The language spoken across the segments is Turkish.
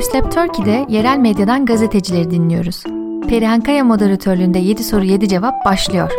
Newslab Turkey'de yerel medyadan gazetecileri dinliyoruz. Perihan Kaya moderatörlüğünde 7 soru 7 cevap başlıyor.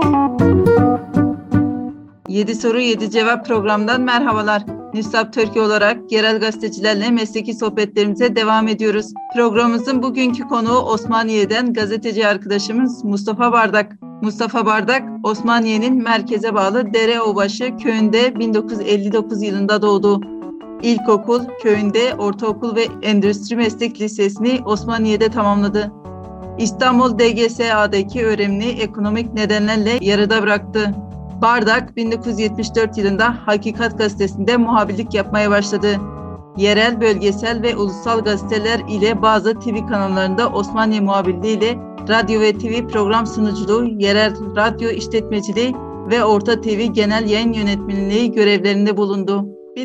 7 soru 7 cevap programından merhabalar. Newslab Turkey olarak yerel gazetecilerle mesleki sohbetlerimize devam ediyoruz. Programımızın bugünkü konuğu Osmaniye'den gazeteci arkadaşımız Mustafa Bardak. Mustafa Bardak, Osmaniye'nin merkeze bağlı Dereobaşı köyünde 1959 yılında doğdu. İlkokul, köyünde ortaokul ve endüstri meslek lisesini Osmaniye'de tamamladı. İstanbul DGSA'daki öğrenimini ekonomik nedenlerle yarıda bıraktı. Bardak 1974 yılında Hakikat Gazetesi'nde muhabirlik yapmaya başladı. Yerel, bölgesel ve ulusal gazeteler ile bazı TV kanallarında Osmaniye muhabirliği ile radyo ve TV program sunuculuğu, yerel radyo işletmeciliği ve Orta TV genel yayın yönetmenliği görevlerinde bulundu.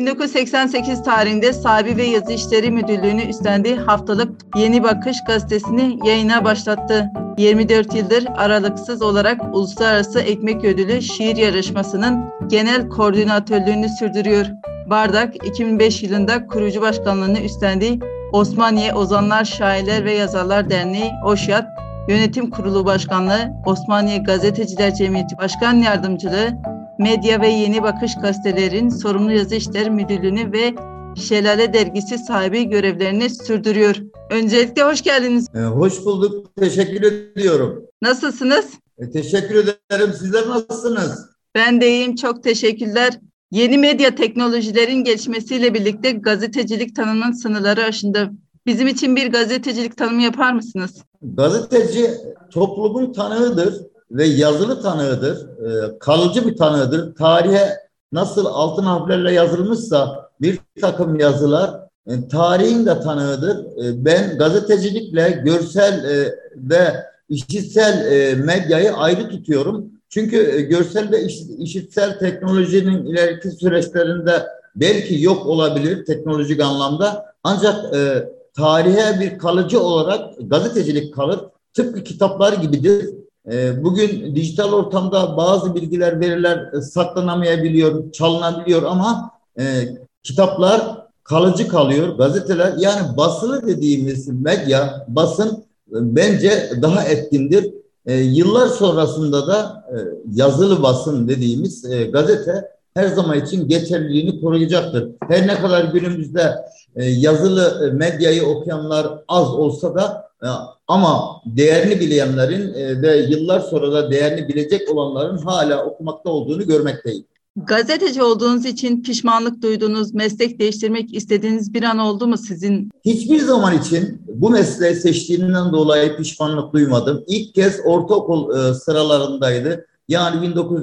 1988 tarihinde Sahibi ve Yazı İşleri Müdürlüğü'nü üstlendiği haftalık Yeni Bakış gazetesini yayına başlattı. 24 yıldır aralıksız olarak Uluslararası Ekmek Ödülü şiir yarışmasının genel koordinatörlüğünü sürdürüyor. Bardak, 2005 yılında kurucu başkanlığını üstlendiği Osmaniye Ozanlar, Şairler ve Yazarlar Derneği (OŞYAD) Yönetim Kurulu Başkanlığı, Osmaniye Gazeteciler Cemiyeti Başkan Yardımcılığı, Medya ve Yeni Bakış gazetelerin sorumlu yazı işleri müdürlüğünü ve Şelale Dergisi sahibi görevlerini sürdürüyor. Öncelikle hoş geldiniz. Hoş bulduk. Teşekkür ediyorum. Nasılsınız? Teşekkür ederim. Sizler nasılsınız? Ben de iyiyim. Çok teşekkürler. Yeni medya teknolojilerin gelişmesiyle birlikte gazetecilik tanımının sınırları aşındı. Bizim için bir gazetecilik tanımı yapar mısınız? Gazeteci toplumun tanığıdır ve yazılı tanığıdır. Kalıcı bir tanığıdır. Tarihe nasıl altın harflerle yazılmışsa bir takım yazılar tarihin de tanığıdır. Ben gazetecilikle görsel ve işitsel medyayı ayrı tutuyorum. Çünkü görsel ve işitsel teknolojinin ileriki süreçlerinde belki yok olabilir teknolojik anlamda. Ancak tarihe bir kalıcı olarak gazetecilik kalır. Tıpkı kitaplar gibidir. Bugün dijital ortamda bazı bilgiler, veriler saklanamayabiliyor, çalınabiliyor ama kitaplar kalıcı kalıyor. Gazeteler, yani basılı dediğimiz medya, basın bence daha etkindir. Yıllar sonrasında da yazılı basın dediğimiz gazete her zaman için geçerliliğini koruyacaktır. Her ne kadar günümüzde yazılı medyayı okuyanlar az olsa da ama değerini bilenlerin ve yıllar sonra da değerini bilecek olanların hala okumakta olduğunu görmekteyim. Gazeteci olduğunuz için pişmanlık duyduğunuz, meslek değiştirmek istediğiniz bir an oldu mu sizin? Hiçbir zaman için bu mesleği seçtiğimden dolayı pişmanlık duymadım. İlk kez ortaokul sıralarındaydı. Yani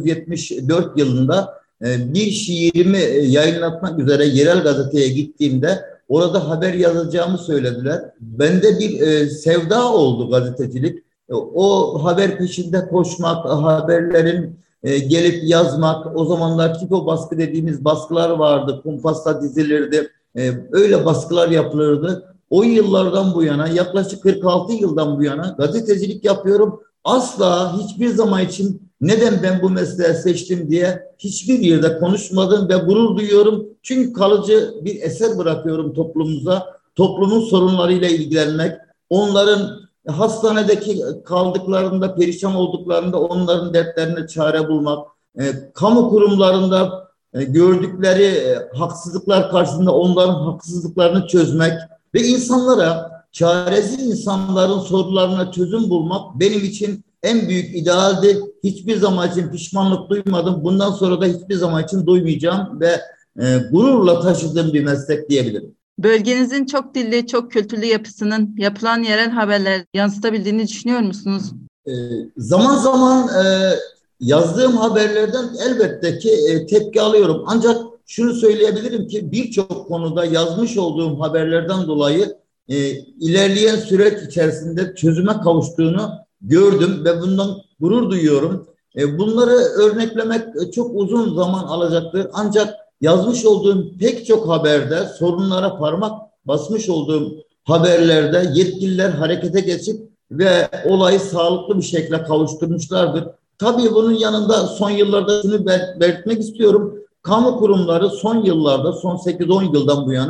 1974 yılında bir şiirimi yayınlatmak üzere yerel gazeteye gittiğimde orada haber yazacağımı söylediler. Bende bir sevda oldu gazetecilik. O haber peşinde koşmak, haberlerin gelip yazmak, o zamanlar tipo baskı dediğimiz baskılar vardı, kumpasla dizilirdi, öyle baskılar yapılırdı. O yıllardan bu yana, yaklaşık 46 yıldan bu yana gazetecilik yapıyorum. Asla hiçbir zaman için neden ben bu mesleği seçtim diye hiçbir yerde konuşmadım ve gurur duyuyorum. Çünkü kalıcı bir eser bırakıyorum toplumumuza. Toplumun sorunlarıyla ilgilenmek, onların hastanedeki kaldıklarında, perişan olduklarında onların dertlerine çare bulmak, kamu kurumlarında gördükleri haksızlıklar karşısında onların haksızlıklarını çözmek ve insanlara, çaresiz insanların sorunlarına çözüm bulmak benim için en büyük idealdi. Hiçbir zaman için pişmanlık duymadım. Bundan sonra da hiçbir zaman için duymayacağım ve gururla taşıdığım bir meslek diyebilirim. Bölgenizin çok dilli, çok kültürlü yapısının yapılan yerel haberler yansıtabildiğini düşünüyor musunuz? Zaman zaman yazdığım haberlerden elbette ki tepki alıyorum. Ancak şunu söyleyebilirim ki birçok konuda yazmış olduğum haberlerden dolayı ilerleyen süreç içerisinde çözüme kavuştuğunu gördüm ve bundan gurur duyuyorum. Bunları örneklemek çok uzun zaman alacaktır. Ancak yazmış olduğum pek çok haberde, sorunlara parmak basmış olduğum haberlerde yetkililer harekete geçip ve olayı sağlıklı bir şekilde kavuşturmuşlardır. Tabii bunun yanında son yıllarda şunu belirtmek istiyorum. Kamu kurumları son yıllarda, son 8-10 yıldan bu yana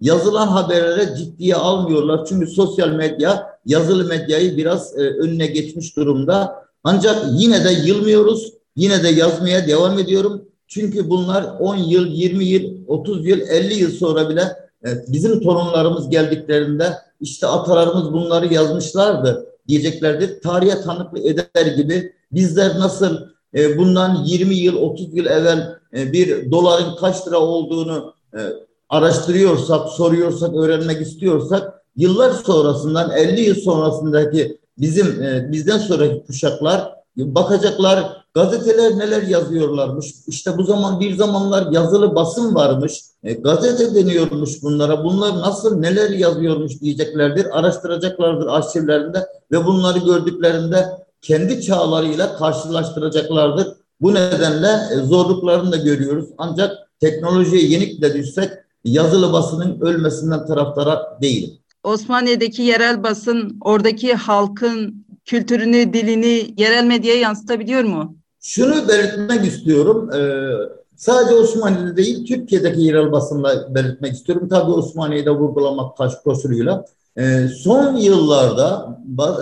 yazılan haberlere ciddiye almıyorlar. Çünkü sosyal medya yazılı medyayı biraz önüne geçmiş durumda. Ancak yine de yılmıyoruz. Yine de yazmaya devam ediyorum. Çünkü bunlar 10 yıl, 20 yıl, 30 yıl, 50 yıl sonra bile bizim torunlarımız geldiklerinde işte atalarımız bunları yazmışlardı diyeceklerdir. Tarihe tanıklık eder gibi bizler nasıl bundan 20 yıl, 30 yıl evvel bir doların kaç lira olduğunu araştırıyorsak, soruyorsak, öğrenmek istiyorsak yıllar sonrasından 50 yıl sonrasındaki bizden sonraki kuşaklar bakacaklar gazeteler neler yazıyorlarmış. İşte bu zaman bir zamanlar yazılı basın varmış. Gazete deniyormuş bunlara. Bunlar nasıl neler yazıyormuş diyeceklerdir. Araştıracaklardır arşivlerinde ve bunları gördüklerinde kendi çağlarıyla karşılaştıracaklardır. Bu nedenle zorluklarını da görüyoruz. Ancak teknolojiye yenik de düşsek yazılı basının ölmesinden taraftara değilim. Osmaniye'deki yerel basın oradaki halkın kültürünü, dilini yerel medyaya yansıtabiliyor mu? Şunu belirtmek istiyorum. Sadece Osmaniye'de değil, Türkiye'deki yerel basınla belirtmek istiyorum. Tabii Osmaniye'de vurgulamak koşuluyla. Son yıllarda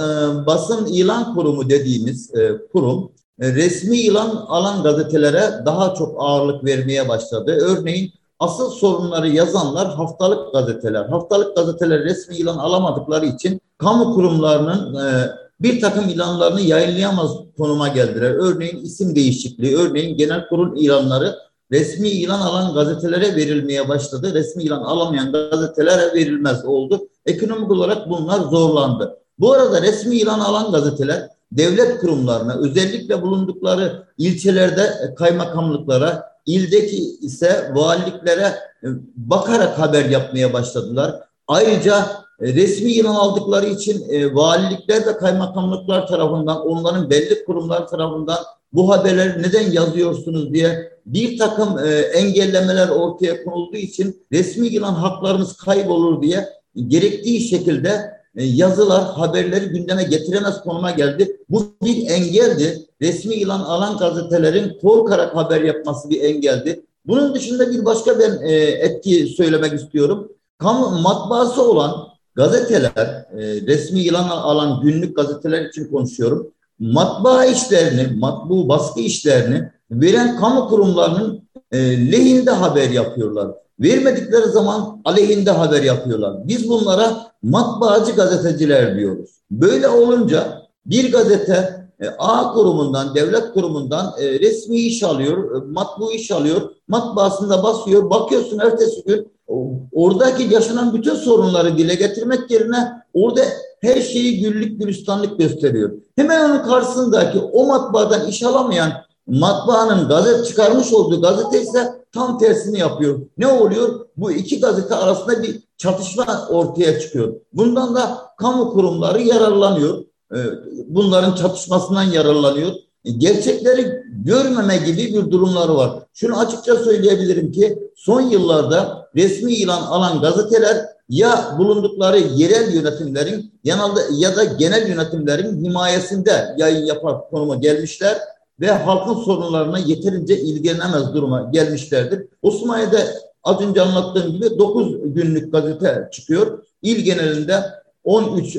basın ilan kurumu dediğimiz kurum resmi ilan alan gazetelere daha çok ağırlık vermeye başladı. Örneğin asıl sorunları yazanlar haftalık gazeteler. Haftalık gazeteler resmi ilan alamadıkları için kamu kurumlarının bir takım ilanlarını yayınlayamaz konuma geldiler. Örneğin isim değişikliği, örneğin genel kurul ilanları resmi ilan alan gazetelere verilmeye başladı. Resmi ilan alamayan gazetelere verilmez oldu. Ekonomik olarak bunlar zorlandı. Bu arada resmi ilan alan gazeteler devlet kurumlarına, özellikle bulundukları ilçelerde kaymakamlıklara, ildeki ise valiliklere bakarak haber yapmaya başladılar. Ayrıca resmi ilan aldıkları için valilikler ve kaymakamlıklar tarafından, onların belli kurumlar tarafından bu haberleri neden yazıyorsunuz diye bir takım engellemeler ortaya konulduğu için resmi ilan haklarımız kaybolur diye gerektiği şekilde yazılar, haberleri gündeme getiremez konuma geldi. Bu bir engeldi. Resmi ilan alan gazetelerin korkarak haber yapması bir engeldi. Bunun dışında bir başka etki söylemek istiyorum. Kamu matbaası olan gazeteler, resmi ilan alan günlük gazeteler için konuşuyorum. Matbaa işlerini, matbu baskı işlerini veren kamu kurumlarının lehinde haber yapıyorlar. Vermedikleri zaman aleyhinde haber yapıyorlar. Biz bunlara matbaacı gazeteciler diyoruz. Böyle olunca bir gazete A kurumundan, devlet kurumundan resmi iş alıyor, matbu iş alıyor, matbaasında basıyor. Bakıyorsun ertesi gün oradaki yaşanan bütün sorunları dile getirmek yerine orada her şeyi güllük gülistanlık gösteriyor. Hemen onun karşısındaki o matbaadan iş alamayan matbaanın gazete çıkarmış olduğu gazete ise tam tersini yapıyor. Ne oluyor? Bu iki gazete arasında bir çatışma ortaya çıkıyor. Bundan da kamu kurumları yararlanıyor. Bunların çatışmasından yararlanıyor. Gerçekleri görmeme gibi bir durumları var. Şunu açıkça söyleyebilirim ki son yıllarda resmi ilan alan gazeteler ya bulundukları yerel yönetimlerin ya da genel yönetimlerin himayesinde yayın yapar konuma gelmişler ve halkın sorunlarına yeterince ilgilenemez duruma gelmişlerdir. Osmaniye'de az önce anlattığım gibi 9 günlük gazete çıkıyor. İl genelinde 13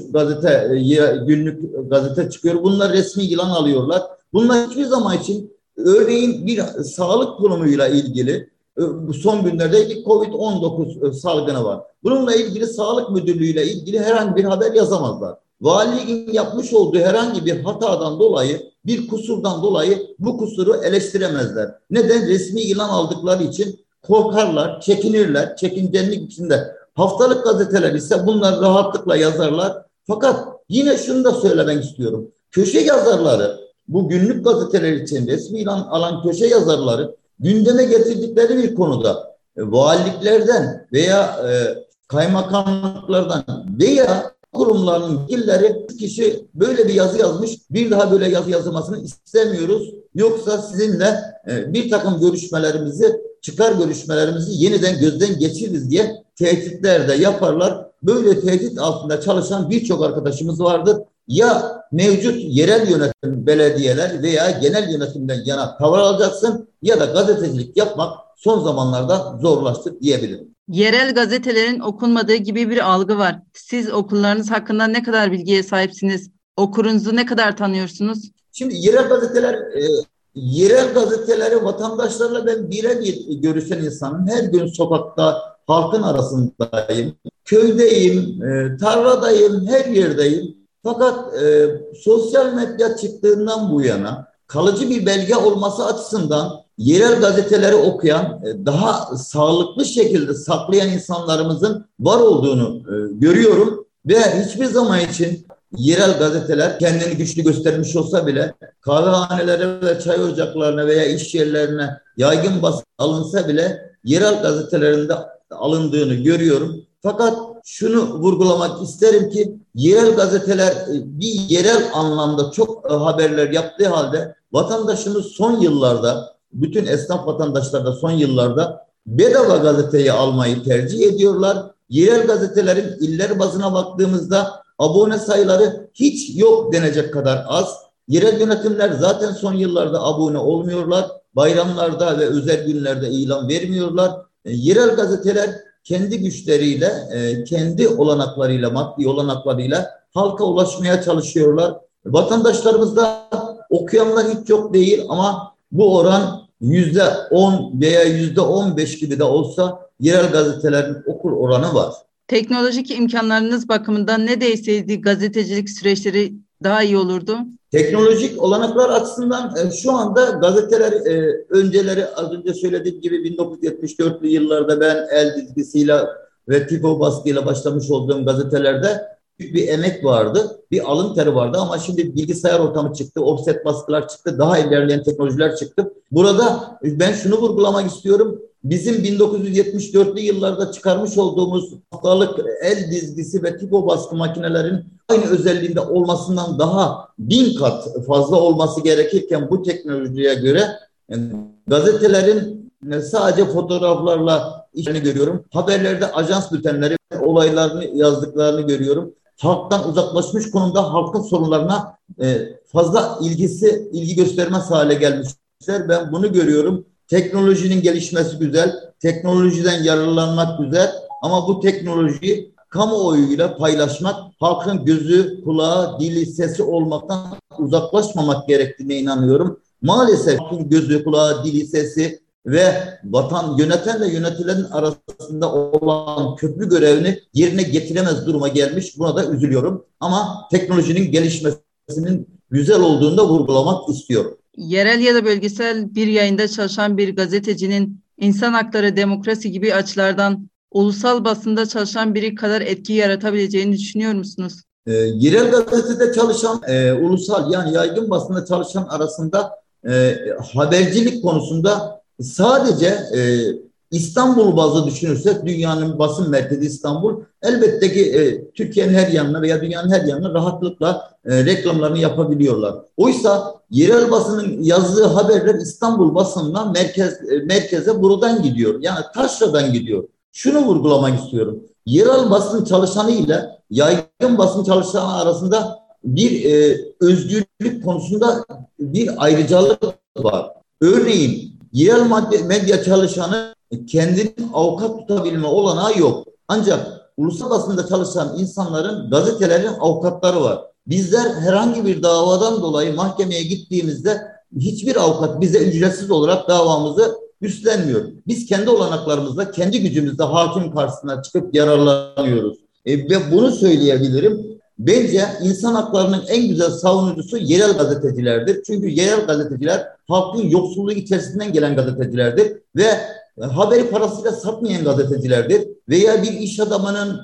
günlük gazete çıkıyor. Bunlar resmi ilan alıyorlar. Bunlar hiçbir zaman için örneğin bir sağlık kurumuyla ilgili son günlerde COVID-19 salgını var. Bununla ilgili sağlık müdürlüğüyle ilgili herhangi bir haber yazamazlar. Valiliğin yapmış olduğu herhangi bir hatadan dolayı, bir kusurdan dolayı bu kusuru eleştiremezler. Neden? Resmi ilan aldıkları için korkarlar, çekinirler, çekingenlik içinde. Haftalık gazeteler ise bunlar rahatlıkla yazarlar. Fakat yine şunu da söylemek istiyorum. Köşe yazarları, bu günlük gazeteler için resmi ilan alan köşe yazarları gündeme getirdikleri bir konuda valiliklerden veya kaymakamlıklardan veya kurumların illeri kişi böyle bir yazı yazmış, bir daha böyle yazı yazılmasını istemiyoruz. Yoksa sizinle bir takım çıkar görüşmelerimizi yeniden gözden geçiririz diye tehditler de yaparlar. Böyle tehdit altında çalışan birçok arkadaşımız vardır. Ya mevcut yerel yönetim, belediyeler veya genel yönetimden yana tavır alacaksın ya da gazetecilik yapmak son zamanlarda zorlaştı diyebilirim. Yerel gazetelerin okunmadığı gibi bir algı var. Siz okullarınız hakkında ne kadar bilgiye sahipsiniz? Okurunuzu ne kadar tanıyorsunuz? Şimdi yerel gazeteleri vatandaşlarla ben birebir görüşen insanım. Her gün sokakta halkın arasındayım. Köydeyim, tarladayım, her yerdeyim. Fakat sosyal medya çıktığından bu yana kalıcı bir belge olması açısından yerel gazeteleri okuyan, daha sağlıklı şekilde saklayan insanlarımızın var olduğunu görüyorum. Ve hiçbir zaman için yerel gazeteler kendini güçlü göstermiş olsa bile kahvehanelere ve çay ocaklarına veya iş yerlerine yaygın basın alınsa bile yerel gazetelerinde alındığını görüyorum. Fakat şunu vurgulamak isterim ki yerel gazeteler bir yerel anlamda çok haberler yaptığı halde vatandaşımız son yıllarda, bütün esnaf vatandaşlar da son yıllarda bedava gazeteyi almayı tercih ediyorlar. Yerel gazetelerin iller bazına baktığımızda abone sayıları hiç yok denecek kadar az. Yerel yönetimler zaten son yıllarda abone olmuyorlar. Bayramlarda ve özel günlerde ilan vermiyorlar. Yerel gazeteler kendi güçleriyle, kendi olanaklarıyla, maddi olanaklarıyla halka ulaşmaya çalışıyorlar. Vatandaşlarımız da okuyanlar hiç yok değil ama bu oran %10 veya %15 gibi de olsa yerel gazetelerin okur oranı var. Teknolojik imkanlarınız bakımından ne değişseydi gazetecilik süreçleri daha iyi olurdu? Teknolojik olanaklar açısından şu anda gazeteler önceleri az önce söylediğim gibi 1974'lü yıllarda ben el dizgisiyle ve tifo baskıyla başlamış olduğum gazetelerde büyük bir emek vardı. Bir alın teri vardı ama şimdi bilgisayar ortamı çıktı, offset baskılar çıktı, daha ilerleyen teknolojiler çıktı. Burada ben şunu vurgulamak istiyorum. Bizim 1974'lü yıllarda çıkarmış olduğumuz haftalık el dizgisi ve tifo baskı makinelerin aynı özelliğinde olmasından daha 1000 kat fazla olması gerekirken bu teknolojiye göre gazetelerin sadece fotoğraflarla işini görüyorum. Haberlerde ajans bültenleri, olaylarını yazdıklarını görüyorum. Halktan uzaklaşmış konumda halkın sorunlarına fazla ilgi göstermez hale gelmişler. Ben bunu görüyorum. Teknolojinin gelişmesi güzel, teknolojiden yararlanmak güzel ama bu teknolojiyi kamuoyuyla paylaşmak, halkın gözü, kulağı, dili, sesi olmaktan uzaklaşmamak gerektiğine inanıyorum. Maalesef halkın gözü, kulağı, dili, sesi ve yönetenle yönetilenin arasında olan köprü görevini yerine getiremez duruma gelmiş. Buna da üzülüyorum. Ama teknolojinin gelişmesinin güzel olduğunu da vurgulamak istiyorum. Yerel ya da bölgesel bir yayında çalışan bir gazetecinin insan hakları, demokrasi gibi açılardan ulusal basında çalışan biri kadar etki yaratabileceğini düşünüyor musunuz? Yerel gazetede çalışan, ulusal yani yaygın basında çalışan arasında habercilik konusunda sadece İstanbul bazlı düşünürsek dünyanın basın merkezi İstanbul elbette ki Türkiye'nin her yanına veya dünyanın her yanına rahatlıkla reklamlarını yapabiliyorlar. Oysa yerel basının yazdığı haberler İstanbul basınından merkeze buradan gidiyor. Yani taşradan gidiyor. Şunu vurgulamak istiyorum. Yerel basın çalışanı ile yaygın basın çalışanı arasında bir özgürlük konusunda bir ayrıcalık var. Örneğin yerel medya çalışanı kendini avukat tutabilme olanağı yok. Ancak ulusal basında çalışan insanların, gazetelerin avukatları var. Bizler herhangi bir davadan dolayı mahkemeye gittiğimizde hiçbir avukat bize ücretsiz olarak davamızı üstlenmiyor. Biz kendi olanaklarımızla, kendi gücümüzle hakim karşısına çıkıp yararlanıyoruz. Ve bunu söyleyebilirim. Bence insan haklarının en güzel savunucusu yerel gazetecilerdir. Çünkü yerel gazeteciler halkın yoksulluğu içerisinden gelen gazetecilerdir ve haberi parasıyla satmayan gazetecilerdir. Veya bir iş adamının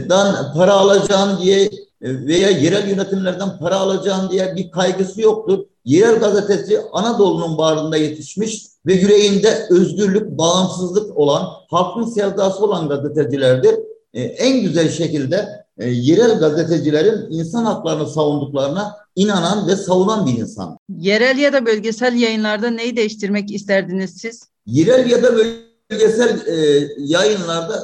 para alacağım diye veya yerel yönetimlerden para alacağım diye bir kaygısı yoktur. Yerel gazeteci Anadolu'nun bağrında yetişmiş ve yüreğinde özgürlük, bağımsızlık olan, halkın sevdası olan gazetecilerdir. En güzel şekilde yerel gazetecilerin insan haklarını savunduklarına inanan ve savunan bir insan. Yerel ya da bölgesel yayınlarda neyi değiştirmek isterdiniz siz? Yerel ya da bölgesel yayınlarda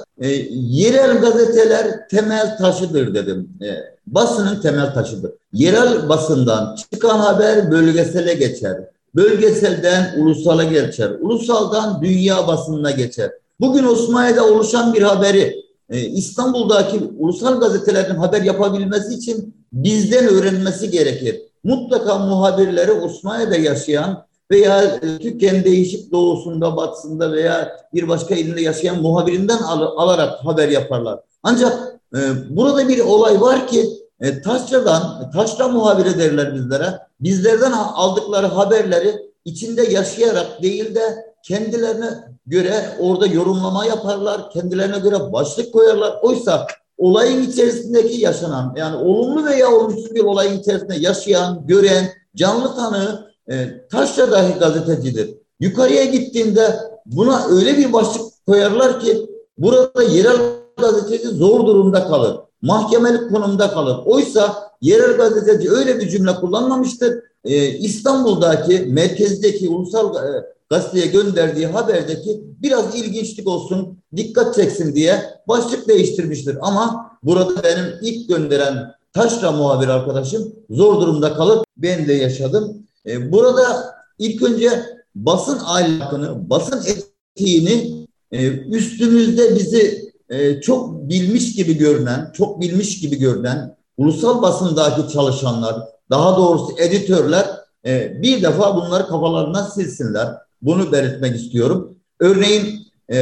yerel gazeteler temel taşıdır dedim. Basının temel taşıdır. Yerel basından çıkan haber bölgesele geçer. Bölgeselden ulusala geçer. Ulusaldan dünya basınına geçer. Bugün Osmaniye'de oluşan bir haberi İstanbul'daki ulusal gazetelerin haber yapabilmesi için bizden öğrenmesi gerekir. Mutlaka muhabirleri Osmaniye'de yaşayan veya Türkiye'nin değişik doğusunda, batısında veya bir başka ilinde yaşayan muhabirinden alarak haber yaparlar. Ancak burada bir olay var ki taşra muhabiri derler bizlere. Bizlerden aldıkları haberleri içinde yaşayarak değil de kendilerine göre orada yorumlama yaparlar, kendilerine göre başlık koyarlar. Oysa olayın içerisindeki yaşanan, yani olumlu veya olumsuz bir olayın içerisinde yaşayan, gören, canlı tanığı taşra dahi gazetecidir. Yukarıya gittiğinde buna öyle bir başlık koyarlar ki burada yerel gazeteci zor durumda kalır. Mahkemelik konumda kalır. Oysa yerel gazeteci öyle bir cümle kullanmamıştır. İstanbul'daki, merkezdeki ulusal gazeteye gönderdiği haberdeki biraz ilginçlik olsun, dikkat çeksin diye başlık değiştirmiştir. Ama burada benim ilk gönderen taşra muhabir arkadaşım zor durumda kalır. Ben de yaşadım. Burada ilk önce basın ahlakını, basın etiğini üstümüzde bizi çok bilmiş gibi görünen ulusal basındaki çalışanlar, daha doğrusu editörler bir defa bunları kafalarından silsinler. Bunu belirtmek istiyorum. Örneğin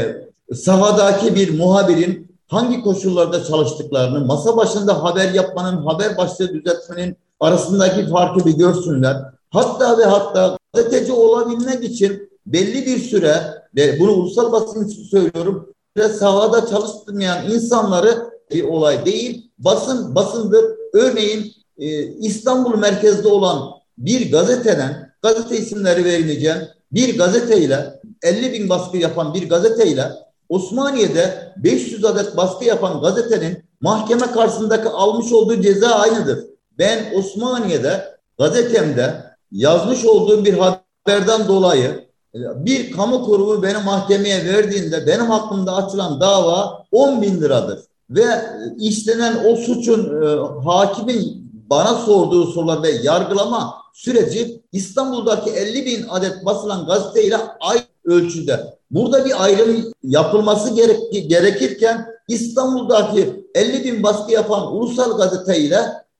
sahadaki bir muhabirin hangi koşullarda çalıştıklarını, masa başında haber yapmanın, haber başlığı düzeltmenin arasındaki farkı bir görsünler. Hatta ve hatta gazeteci olabilmek için belli bir süre, ve bunu ulusal basın için söylüyorum, sahada çalıştırmayan insanları bir olay değil, basındır. Örneğin İstanbul merkezde olan bir gazeteden, gazete isimleri vermeyeceğim, bir gazeteyle 50 bin baskı yapan bir gazeteyle Osmaniye'de 500 adet baskı yapan gazetenin mahkeme karşısındaki almış olduğu ceza aynıdır. Ben Osmaniye'de gazetemde yazmış olduğum bir haberden dolayı bir kamu kurumu beni mahkemeye verdiğinde benim hakkımda açılan dava 10 bin liradır. Ve işlenen o suçun hakimin bana sorduğu sorular ve yargılama süreci İstanbul'daki 50 bin adet basılan gazeteyle aynı ölçüde. Burada bir ayrım yapılması gerekirken İstanbul'daki 50 bin baskı yapan ulusal gazeteyle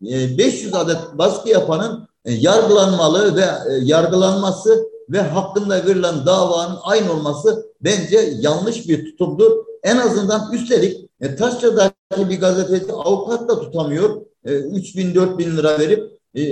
500 adet baskı yapanın yargılanmalı ve yargılanması ve hakkında verilen davanın aynı olması bence yanlış bir tutumdur. En azından üstelik Taşra'daki bir gazeteci avukat da tutamıyor. 3 bin 4 bin lira verip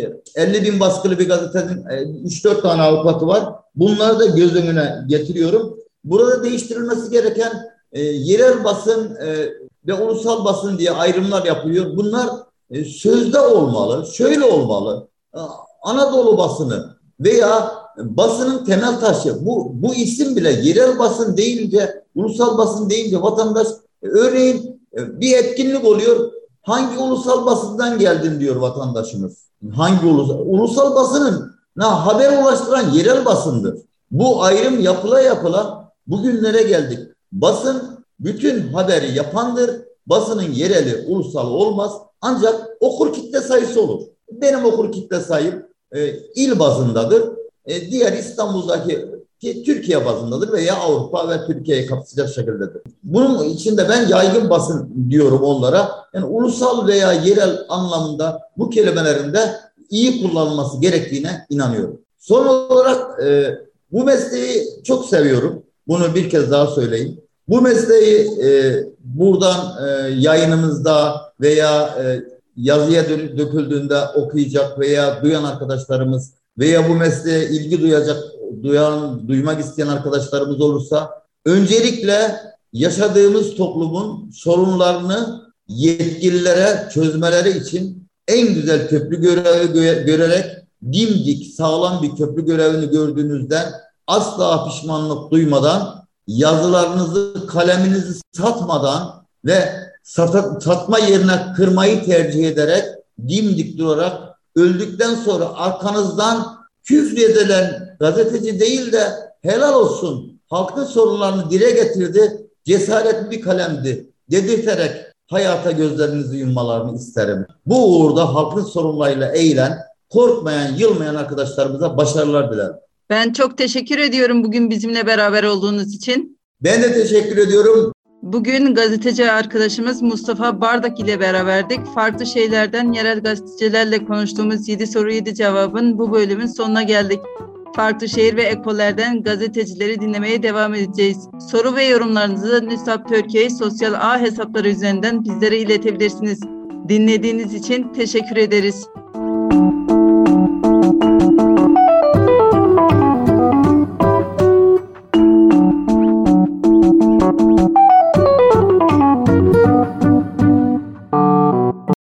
50 bin baskılı bir gazetenin 3-4 tane avukatı var. Bunları da göz önüne getiriyorum. Burada değiştirilmesi gereken yerel basın ve ulusal basın diye ayrımlar yapılıyor. Bunlar sözde olmalı, şöyle olmalı. Anadolu basını veya basının temel taşı. Bu isim bile yerel basın deyince, ulusal basın deyince vatandaş örneğin bir etkinlik oluyor. Hangi ulusal basından geldin diyor vatandaşımız. Hangi ulusal basının haber ulaştıran yerel basındır. Bu ayrım yapıla yapıla bugünlere geldik. Basın bütün haberi yapandır. Basının yereli, ulusal olmaz. Ancak okur kitle sayısı olur. Benim okur kitle sayım il bazındadır. Diğer İstanbul'daki Türkiye bazındadır veya Avrupa ve Türkiye'yi kapsayacak şekildedir. Bunun içinde ben yaygın basın diyorum onlara. Yani ulusal veya yerel anlamında bu kelimelerin de iyi kullanılması gerektiğine inanıyorum. Son olarak bu mesleği çok seviyorum. Bunu bir kez daha söyleyeyim. Bu mesleği buradan yayınımızda veya yazıya döküldüğünde okuyacak veya duyan arkadaşlarımız veya bu mesleğe ilgi duymak isteyen arkadaşlarımız olursa öncelikle yaşadığımız toplumun sorunlarını yetkililere çözmeleri için en güzel köprü görevi görerek dimdik sağlam bir köprü görevini gördüğünüzden asla pişmanlık duymadan yazılarınızı, kaleminizi satmadan ve satma yerine kırmayı tercih ederek dimdik durarak öldükten sonra arkanızdan küfredilen gazeteci değil de helal olsun halkın sorunlarını dile getirdi, cesaretli bir kalemdi dedirterek hayata gözlerinizi yummalarını isterim. Bu uğurda halkın sorunlarıyla eğilen, korkmayan, yılmayan arkadaşlarımıza başarılar dilerim. Ben çok teşekkür ediyorum bugün bizimle beraber olduğunuz için. Ben de teşekkür ediyorum. Bugün gazeteci arkadaşımız Mustafa Bardak ile beraberdik. Farklı şeylerden yerel gazetecilerle konuştuğumuz 7 soru 7 cevabın bu bölümün sonuna geldik. Farklı şehir ve ekollerden gazetecileri dinlemeye devam edeceğiz. Soru ve yorumlarınızı Nüsap Türkiye sosyal ağ hesapları üzerinden bizlere iletebilirsiniz. Dinlediğiniz için teşekkür ederiz.